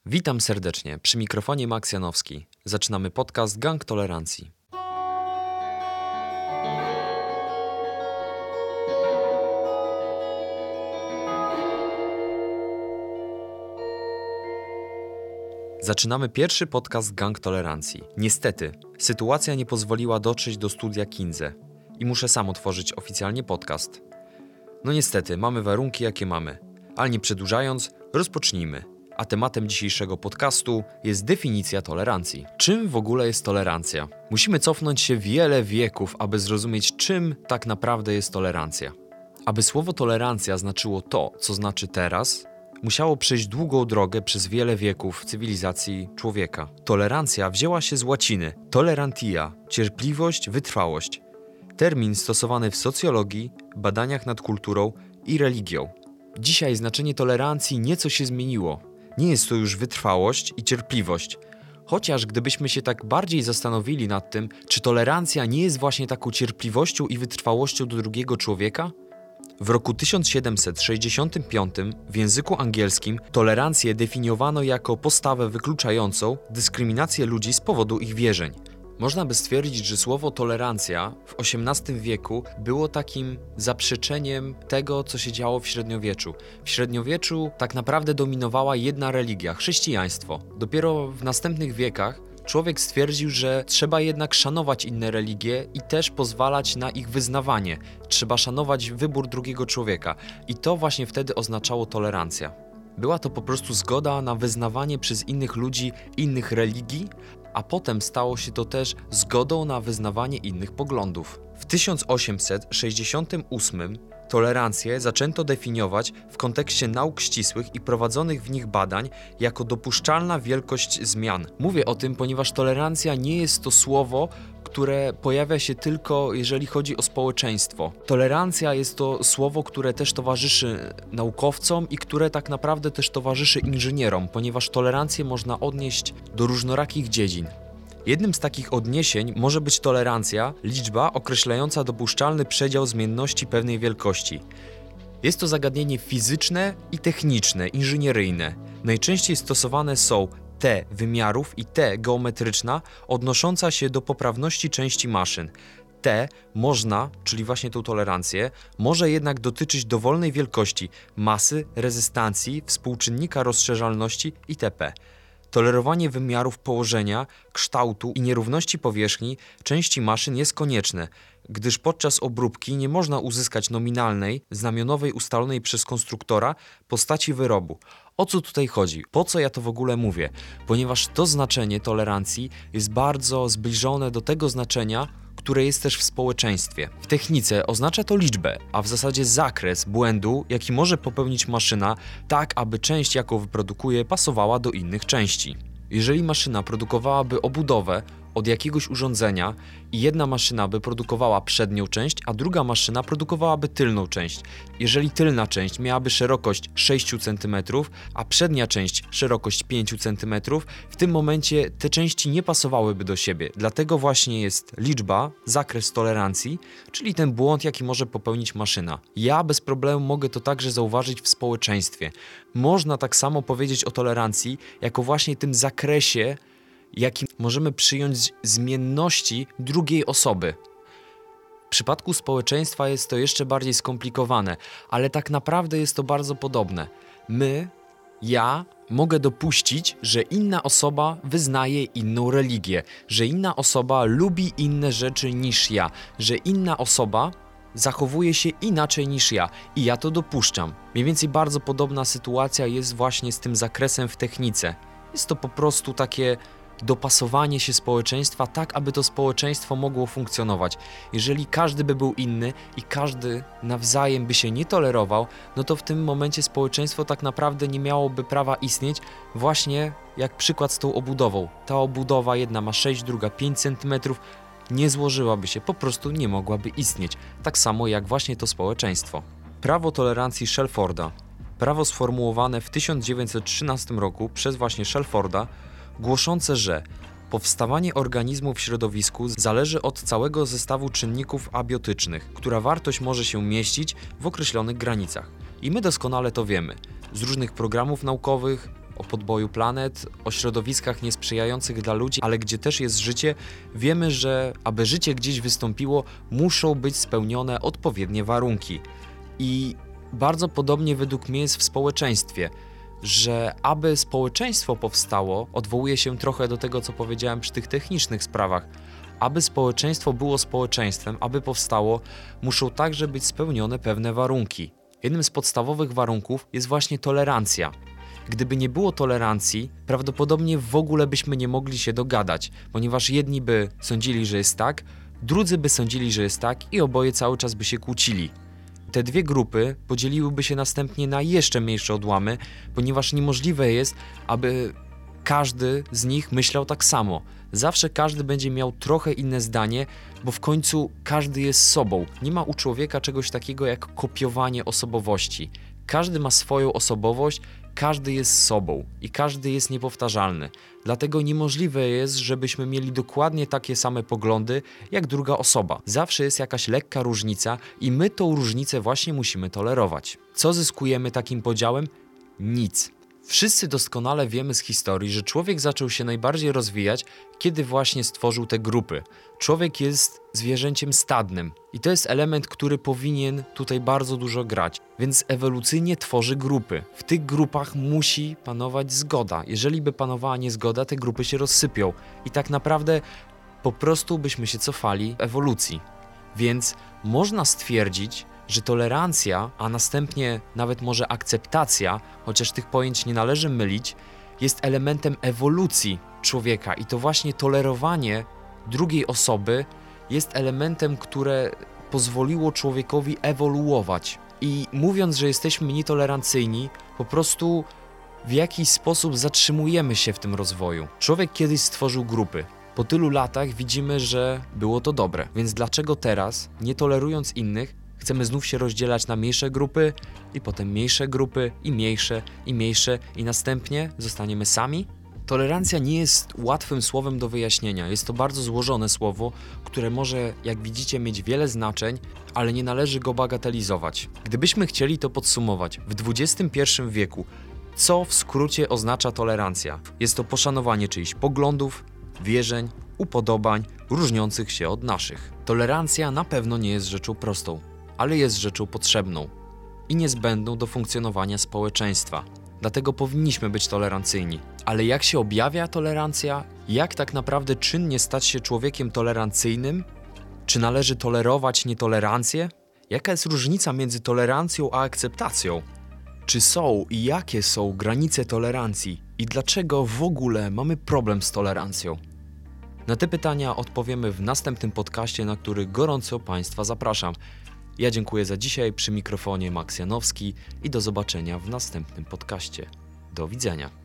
Witam serdecznie, przy mikrofonie Max Janowski. Zaczynamy podcast Gang Tolerancji. Zaczynamy pierwszy podcast Gang Tolerancji. Niestety, sytuacja nie pozwoliła dotrzeć do studia Kinze i muszę sam otworzyć oficjalnie podcast. No niestety, mamy warunki jakie mamy, ale nie przedłużając, rozpocznijmy. A tematem dzisiejszego podcastu jest definicja tolerancji. Czym w ogóle jest tolerancja? Musimy cofnąć się wiele wieków, aby zrozumieć, czym tak naprawdę jest tolerancja. Aby słowo tolerancja znaczyło to, co znaczy teraz, musiało przejść długą drogę przez wiele wieków w cywilizacji człowieka. Tolerancja wzięła się z łaciny tolerantia, cierpliwość, wytrwałość. Termin stosowany w socjologii, badaniach nad kulturą i religią. Dzisiaj znaczenie tolerancji nieco się zmieniło. Nie jest to już wytrwałość i cierpliwość. Chociaż gdybyśmy się tak bardziej zastanowili nad tym, czy tolerancja nie jest właśnie taką cierpliwością i wytrwałością do drugiego człowieka? W roku 1765 w języku angielskim tolerancję definiowano jako postawę wykluczającą dyskryminację ludzi z powodu ich wierzeń. Można by stwierdzić, że słowo tolerancja w XVIII wieku było takim zaprzeczeniem tego, co się działo w średniowieczu. W średniowieczu tak naprawdę dominowała jedna religia – chrześcijaństwo. Dopiero w następnych wiekach człowiek stwierdził, że trzeba jednak szanować inne religie i też pozwalać na ich wyznawanie. Trzeba szanować wybór drugiego człowieka i to właśnie wtedy oznaczało tolerancja. Była to po prostu zgoda na wyznawanie przez innych ludzi innych religii, a potem stało się to też zgodą na wyznawanie innych poglądów. W 1868 tolerancję zaczęto definiować w kontekście nauk ścisłych i prowadzonych w nich badań jako dopuszczalna wielkość zmian. Mówię o tym, ponieważ tolerancja nie jest to słowo, które pojawia się tylko jeżeli chodzi o społeczeństwo. Tolerancja jest to słowo, które też towarzyszy naukowcom i które tak naprawdę też towarzyszy inżynierom, ponieważ tolerancję można odnieść do różnorakich dziedzin. Jednym z takich odniesień może być tolerancja, liczba określająca dopuszczalny przedział zmienności pewnej wielkości. Jest to zagadnienie fizyczne i techniczne, inżynieryjne. Najczęściej stosowane są T wymiarów i T geometryczna odnosząca się do poprawności części maszyn. T można, czyli właśnie tą tolerancję, może jednak dotyczyć dowolnej wielkości, masy, rezystancji, współczynnika rozszerzalności itp. Tolerowanie wymiarów położenia, kształtu i nierówności powierzchni części maszyn jest konieczne, gdyż podczas obróbki nie można uzyskać nominalnej, znamionowej ustalonej przez konstruktora postaci wyrobu. O co tutaj chodzi? Po co ja to w ogóle mówię? Ponieważ to znaczenie tolerancji jest bardzo zbliżone do tego znaczenia, które jest też w społeczeństwie. W technice oznacza to liczbę, a w zasadzie zakres błędu, jaki może popełnić maszyna, tak aby część, jaką wyprodukuje, pasowała do innych części. Jeżeli maszyna produkowałaby obudowę od jakiegoś urządzenia i jedna maszyna by produkowała przednią część, a druga maszyna produkowałaby tylną część. Jeżeli tylna część miałaby szerokość 6 cm, a przednia część szerokość 5 cm, w tym momencie te części nie pasowałyby do siebie. Dlatego właśnie jest liczba, zakres tolerancji, czyli ten błąd, jaki może popełnić maszyna. Ja bez problemu mogę to także zauważyć w społeczeństwie. Można tak samo powiedzieć o tolerancji, jako właśnie tym zakresie, jakim możemy przyjąć zmienności drugiej osoby. W przypadku społeczeństwa jest to jeszcze bardziej skomplikowane, ale tak naprawdę jest to bardzo podobne. Ja mogę dopuścić, że inna osoba wyznaje inną religię, że inna osoba lubi inne rzeczy niż ja, że inna osoba zachowuje się inaczej niż ja i ja to dopuszczam. Mniej więcej bardzo podobna sytuacja jest właśnie z tym zakresem w technice. Jest to po prostu takie dopasowanie się społeczeństwa tak, aby to społeczeństwo mogło funkcjonować. Jeżeli każdy by był inny i każdy nawzajem by się nie tolerował, no to w tym momencie społeczeństwo tak naprawdę nie miałoby prawa istnieć, właśnie jak przykład z tą obudową. Ta obudowa jedna ma 6, druga 5 cm, nie złożyłaby się, po prostu nie mogłaby istnieć. Tak samo jak właśnie to społeczeństwo. Prawo tolerancji Shelforda. Prawo sformułowane w 1913 roku przez właśnie Shelforda, głoszące, że powstawanie organizmu w środowisku zależy od całego zestawu czynników abiotycznych, która wartość może się mieścić w określonych granicach. I my doskonale to wiemy. Z różnych programów naukowych, o podboju planet, o środowiskach niesprzyjających dla ludzi, ale gdzie też jest życie, wiemy, że aby życie gdzieś wystąpiło, muszą być spełnione odpowiednie warunki. I bardzo podobnie według mnie jest w społeczeństwie, że aby społeczeństwo powstało, odwołuję się trochę do tego, co powiedziałem przy tych technicznych sprawach, aby społeczeństwo było społeczeństwem, aby powstało, muszą także być spełnione pewne warunki. Jednym z podstawowych warunków jest właśnie tolerancja. Gdyby nie było tolerancji, prawdopodobnie w ogóle byśmy nie mogli się dogadać, ponieważ jedni by sądzili, że jest tak, drudzy by sądzili, że jest tak i oboje cały czas by się kłócili. Te dwie grupy podzieliłyby się następnie na jeszcze mniejsze odłamy, ponieważ niemożliwe jest, aby każdy z nich myślał tak samo. Zawsze każdy będzie miał trochę inne zdanie, bo w końcu każdy jest sobą. Nie ma u człowieka czegoś takiego jak kopiowanie osobowości. Każdy ma swoją osobowość, każdy jest sobą i każdy jest niepowtarzalny. Dlatego niemożliwe jest, żebyśmy mieli dokładnie takie same poglądy jak druga osoba. Zawsze jest jakaś lekka różnica i my tą różnicę właśnie musimy tolerować. Co zyskujemy takim podziałem? Nic. Wszyscy doskonale wiemy z historii, że człowiek zaczął się najbardziej rozwijać, kiedy właśnie stworzył te grupy. Człowiek jest zwierzęciem stadnym i to jest element, który powinien tutaj bardzo dużo grać, więc ewolucyjnie tworzy grupy. W tych grupach musi panować zgoda. Jeżeli by panowała niezgoda, te grupy się rozsypią i tak naprawdę po prostu byśmy się cofali w ewolucji. Więc można stwierdzić, że tolerancja, a następnie nawet może akceptacja, chociaż tych pojęć nie należy mylić, jest elementem ewolucji człowieka i to właśnie tolerowanie drugiej osoby jest elementem, które pozwoliło człowiekowi ewoluować. I mówiąc, że jesteśmy nietolerancyjni, po prostu w jakiś sposób zatrzymujemy się w tym rozwoju. Człowiek kiedyś stworzył grupy. Po tylu latach widzimy, że było to dobre. Więc dlaczego teraz, nie tolerując innych, chcemy znów się rozdzielać na mniejsze grupy i potem mniejsze grupy i mniejsze i następnie zostaniemy sami? Tolerancja nie jest łatwym słowem do wyjaśnienia. Jest to bardzo złożone słowo, które może, jak widzicie, mieć wiele znaczeń, ale nie należy go bagatelizować. Gdybyśmy chcieli to podsumować, w XXI wieku, co w skrócie oznacza tolerancja? Jest to poszanowanie czyichś poglądów, wierzeń, upodobań różniących się od naszych. Tolerancja na pewno nie jest rzeczą prostą, ale jest rzeczą potrzebną i niezbędną do funkcjonowania społeczeństwa. Dlatego powinniśmy być tolerancyjni. Ale jak się objawia tolerancja? Jak tak naprawdę czynnie stać się człowiekiem tolerancyjnym? Czy należy tolerować nietolerancję? Jaka jest różnica między tolerancją a akceptacją? Czy są i jakie są granice tolerancji? I dlaczego w ogóle mamy problem z tolerancją? Na te pytania odpowiemy w następnym podcaście, na który gorąco Państwa zapraszam. Ja dziękuję za dzisiaj, przy mikrofonie Max Janowski i do zobaczenia w następnym podcaście. Do widzenia.